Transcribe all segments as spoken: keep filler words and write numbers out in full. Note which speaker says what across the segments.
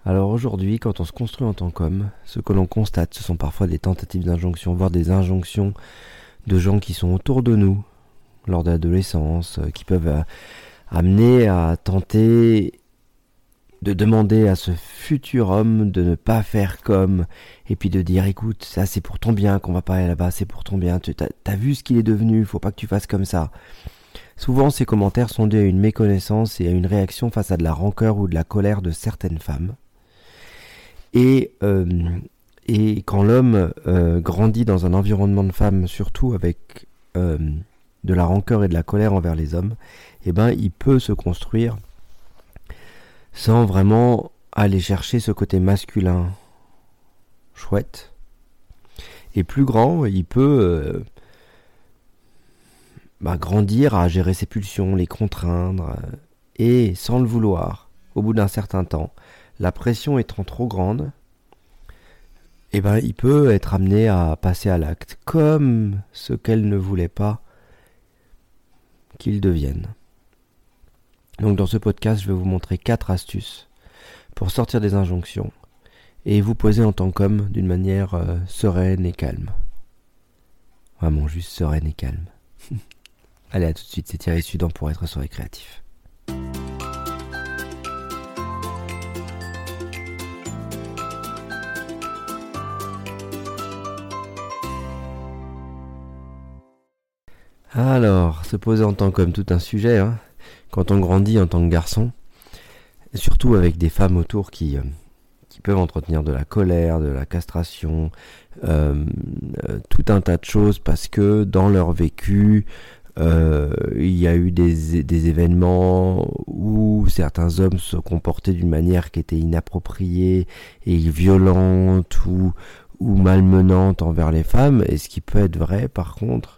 Speaker 1: Alors aujourd'hui, quand on se construit en tant qu'homme, ce que l'on constate, ce sont parfois des tentatives d'injonction, voire des injonctions de gens qui sont autour de nous lors de l'adolescence, euh, qui peuvent euh, amener à tenter de demander à ce futur homme de ne pas faire comme, et puis de dire écoute, ça c'est pour ton bien qu'on va pas aller là-bas, c'est pour ton bien, tu t'as, t'as vu ce qu'il est devenu, faut pas que tu fasses comme ça. Souvent ces commentaires sont dus à une méconnaissance et à une réaction face à de la rancœur ou de la colère de certaines femmes. Et, euh, et quand l'homme euh, grandit dans un environnement de femmes, surtout avec euh, de la rancœur et de la colère envers les hommes, eh ben, il peut se construire sans vraiment aller chercher ce côté masculin chouette. Et plus grand, il peut euh, bah, grandir à gérer ses pulsions, les contraindre, euh, et sans le vouloir, au bout d'un certain temps, la pression étant trop grande, eh ben, il peut être amené à passer à l'acte, comme ce qu'elle ne voulait pas qu'il devienne. Donc dans ce podcast, je vais vous montrer quatre astuces pour sortir des injonctions et vous poser en tant qu'homme d'une manière euh, sereine et calme. Vraiment juste sereine et calme. Allez, à tout de suite, c'est Thierry Sudan pour être sur et créatif. Alors, se poser en tant qu'homme, tout un sujet, hein, quand on grandit en tant que garçon, surtout avec des femmes autour qui, euh, qui peuvent entretenir de la colère, de la castration, euh, euh, tout un tas de choses parce que dans leur vécu, euh, il y a eu des, des événements où certains hommes se comportaient d'une manière qui était inappropriée et violente ou, ou malmenante envers les femmes, et ce qui peut être vrai par contre.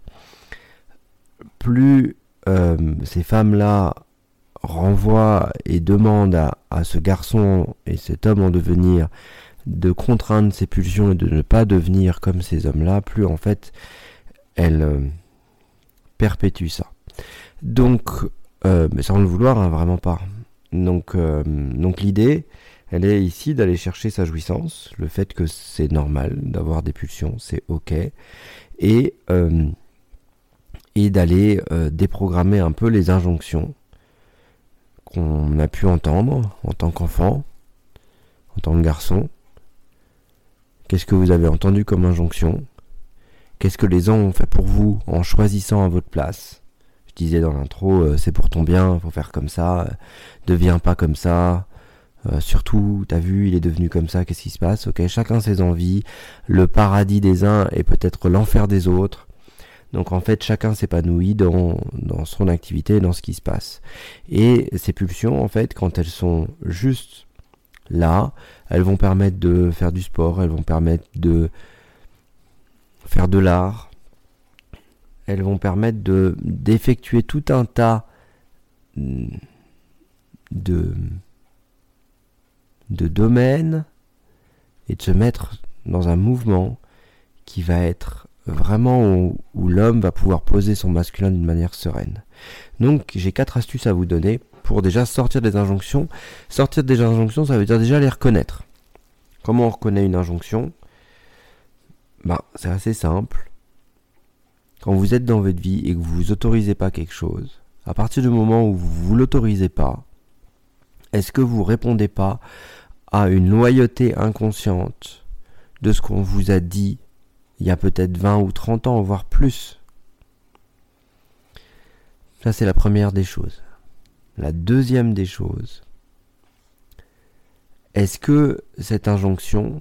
Speaker 1: Plus euh, ces femmes-là renvoient et demandent à, à ce garçon et cet homme en devenir de contraindre ses pulsions et de ne pas devenir comme ces hommes-là, plus en fait elles euh, perpétuent ça. Donc, euh, mais sans le vouloir, hein, vraiment pas. Donc, euh, donc l'idée, elle est ici d'aller chercher sa jouissance, le fait que c'est normal d'avoir des pulsions, c'est ok, et euh, et d'aller euh, déprogrammer un peu les injonctions qu'on a pu entendre en tant qu'enfant, en tant que garçon. Qu'est-ce que vous avez entendu comme injonction ? Qu'est-ce que les gens ont fait pour vous en choisissant à votre place ? Je disais dans l'intro, euh, c'est pour ton bien, faut faire comme ça, euh, deviens pas comme ça, euh, surtout, t'as vu, il est devenu comme ça, qu'est-ce qui se passe ? Ok, chacun ses envies, le paradis des uns est peut-être l'enfer des autres. Donc en fait, chacun s'épanouit dans, dans son activité, dans ce qui se passe. Et ces pulsions, en fait, quand elles sont juste là, elles vont permettre de faire du sport, elles vont permettre de faire de l'art, elles vont permettre de, d'effectuer tout un tas de, de domaines et de se mettre dans un mouvement qui va être vraiment où, où l'homme va pouvoir poser son masculin d'une manière sereine. Donc j'ai quatre astuces à vous donner pour déjà sortir des injonctions. Sortir des injonctions, ça veut dire déjà les reconnaître. Comment on reconnaît une injonction ? Ben, c'est assez simple. Quand vous êtes dans votre vie et que vous vous autorisez pas quelque chose, à partir du moment où vous vous l'autorisez pas, est-ce que vous répondez pas à une loyauté inconsciente de ce qu'on vous a dit il y a peut-être vingt ou trente ans, voire plus. Ça, c'est la première des choses. La deuxième des choses, est-ce que cette injonction,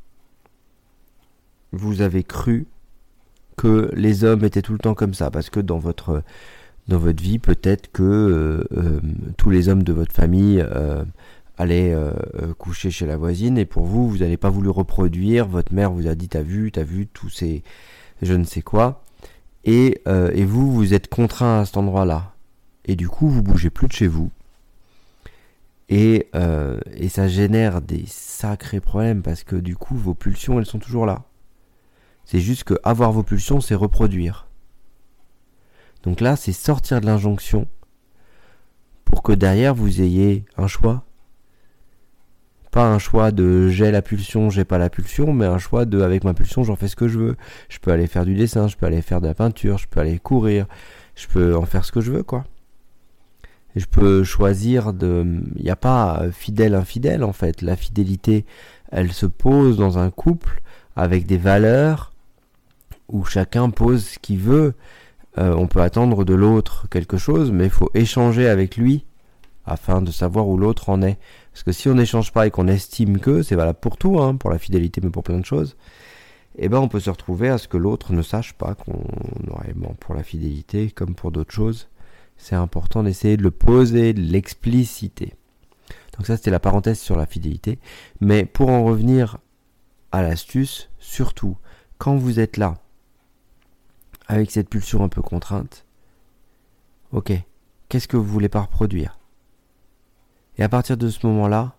Speaker 1: vous avez cru que les hommes étaient tout le temps comme ça ? Parce que dans votre, dans votre vie, peut-être que euh, euh, tous les hommes de votre famille euh, aller euh, coucher chez la voisine, et pour vous, vous n'avez pas voulu reproduire, votre mère vous a dit t'as vu, t'as vu, tous ces je ne sais quoi, et, euh, et vous, vous êtes contraint à cet endroit-là, et du coup, vous bougez plus de chez vous, et, euh, et ça génère des sacrés problèmes, parce que du coup, vos pulsions, elles sont toujours là. C'est juste que avoir vos pulsions, c'est reproduire. Donc là, c'est sortir de l'injonction, pour que derrière, vous ayez un choix, pas un choix de j'ai la pulsion, j'ai pas la pulsion, mais un choix de avec ma pulsion j'en fais ce que je veux. Je peux aller faire du dessin, je peux aller faire de la peinture, je peux aller courir, je peux en faire ce que je veux, quoi. Et je peux choisir de... Il n'y a pas fidèle infidèle en fait. La fidélité, elle se pose dans un couple avec des valeurs où chacun pose ce qu'il veut. Euh, on peut attendre de l'autre quelque chose, mais il faut échanger avec lui afin de savoir où l'autre en est. Parce que si on n'échange pas et qu'on estime que, c'est valable pour tout, hein, pour la fidélité, mais pour plein de choses, eh ben on peut se retrouver à ce que l'autre ne sache pas qu'on aurait, bon, pour la fidélité comme pour d'autres choses, c'est important d'essayer de le poser, de l'expliciter. Donc ça, c'était la parenthèse sur la fidélité. Mais pour en revenir à l'astuce, surtout, quand vous êtes là, avec cette pulsion un peu contrainte, ok, qu'est-ce que vous voulez pas reproduire ? Et à partir de ce moment-là,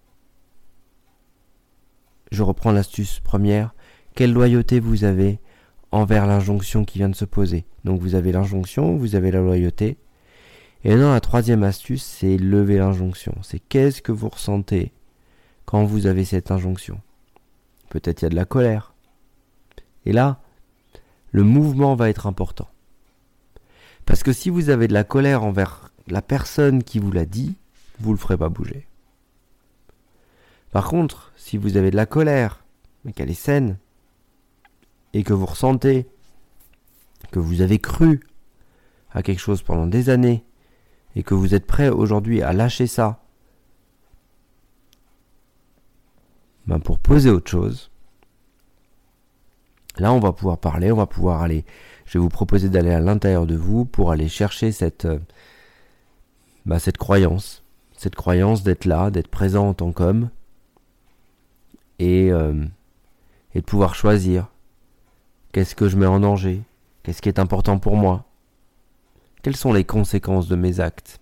Speaker 1: je reprends l'astuce première. Quelle loyauté vous avez envers l'injonction qui vient de se poser ? Donc vous avez l'injonction, vous avez la loyauté. Et maintenant, la troisième astuce, c'est lever l'injonction. C'est qu'est-ce que vous ressentez quand vous avez cette injonction ? Peut-être il y a de la colère. Et là, le mouvement va être important. Parce que si vous avez de la colère envers la personne qui vous l'a dit, vous ne le ferez pas bouger. Par contre, si vous avez de la colère, mais qu'elle est saine, et que vous ressentez que vous avez cru à quelque chose pendant des années, et que vous êtes prêt aujourd'hui à lâcher ça, ben pour poser autre chose, là on va pouvoir parler, on va pouvoir aller, je vais vous proposer d'aller à l'intérieur de vous pour aller chercher cette, ben cette croyance, cette croyance d'être là, d'être présent en tant qu'homme, et, euh, et de pouvoir choisir qu'est-ce que je mets en danger, qu'est-ce qui est important pour moi, quelles sont les conséquences de mes actes.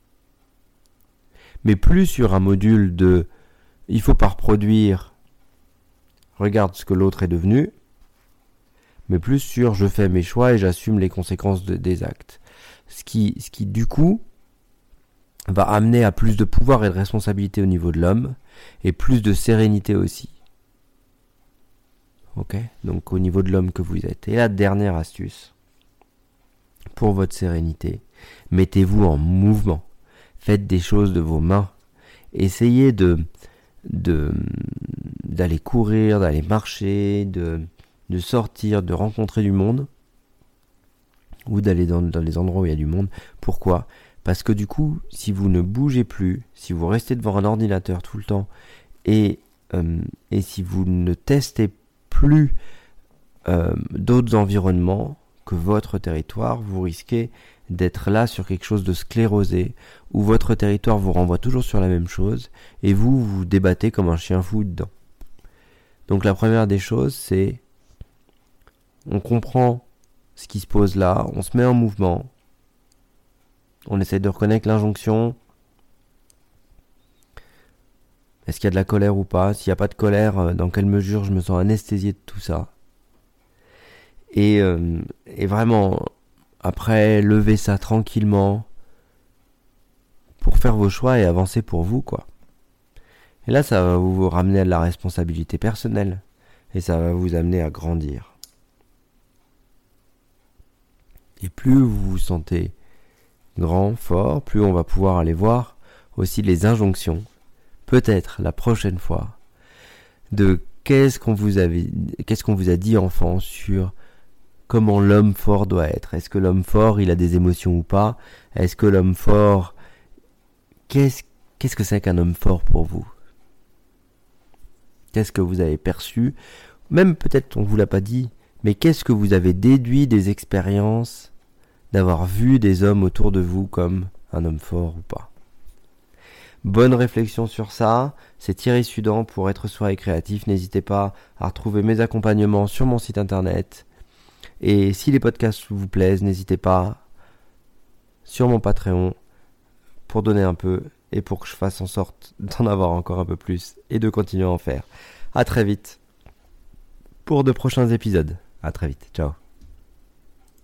Speaker 1: Mais plus sur un module de « il faut pas reproduire, regarde ce que l'autre est devenu », mais plus sur « je fais mes choix et j'assume les conséquences de, des actes ». Ce qui, ce qui du coup va amener à plus de pouvoir et de responsabilité au niveau de l'homme et plus de sérénité aussi. Ok ? Donc au niveau de l'homme que vous êtes. Et la dernière astuce, pour votre sérénité, mettez-vous en mouvement. Faites des choses de vos mains. Essayez de, de, d'aller courir, d'aller marcher, de, de sortir, de rencontrer du monde, ou d'aller dans, dans les endroits où il y a du monde. Pourquoi ? Parce que du coup, si vous ne bougez plus, si vous restez devant un ordinateur tout le temps, et, euh, et si vous ne testez plus euh, d'autres environnements que votre territoire, vous risquez d'être là sur quelque chose de sclérosé, où votre territoire vous renvoie toujours sur la même chose, et vous, vous débattez comme un chien fou dedans. Donc la première des choses, c'est on comprend ce qui se pose là, on se met en mouvement, on essaie de reconnaître l'injonction. Est-ce qu'il y a de la colère ou pas ? S'il n'y a pas de colère, dans quelle mesure je me sens anesthésié de tout ça ? Et, euh, et vraiment, après, levez ça tranquillement pour faire vos choix et avancer pour vous, quoi. Et là, ça va vous ramener à de la responsabilité personnelle et ça va vous amener à grandir. Et plus vous vous sentez grand, fort, plus on va pouvoir aller voir aussi les injonctions, peut-être la prochaine fois, de qu'est-ce qu'on vous avait, qu'est-ce qu'on vous a dit enfant sur comment l'homme fort doit être. Est-ce que l'homme fort, il a des émotions ou pas ? Est-ce que l'homme fort, qu'est-ce, qu'est-ce que c'est qu'un homme fort pour vous ? Qu'est-ce que vous avez perçu ? Même peut-être on ne vous l'a pas dit, mais qu'est-ce que vous avez déduit des expériences d'avoir vu des hommes autour de vous comme un homme fort ou pas ? Bonne réflexion sur ça, c'est Thierry Sudan pour être soi et créatif. N'hésitez pas à retrouver mes accompagnements sur mon site internet. Et si les podcasts vous plaisent, n'hésitez pas sur mon Patreon pour donner un peu et pour que je fasse en sorte d'en avoir encore un peu plus et de continuer à en faire. À très vite pour de prochains épisodes. À très vite. Ciao.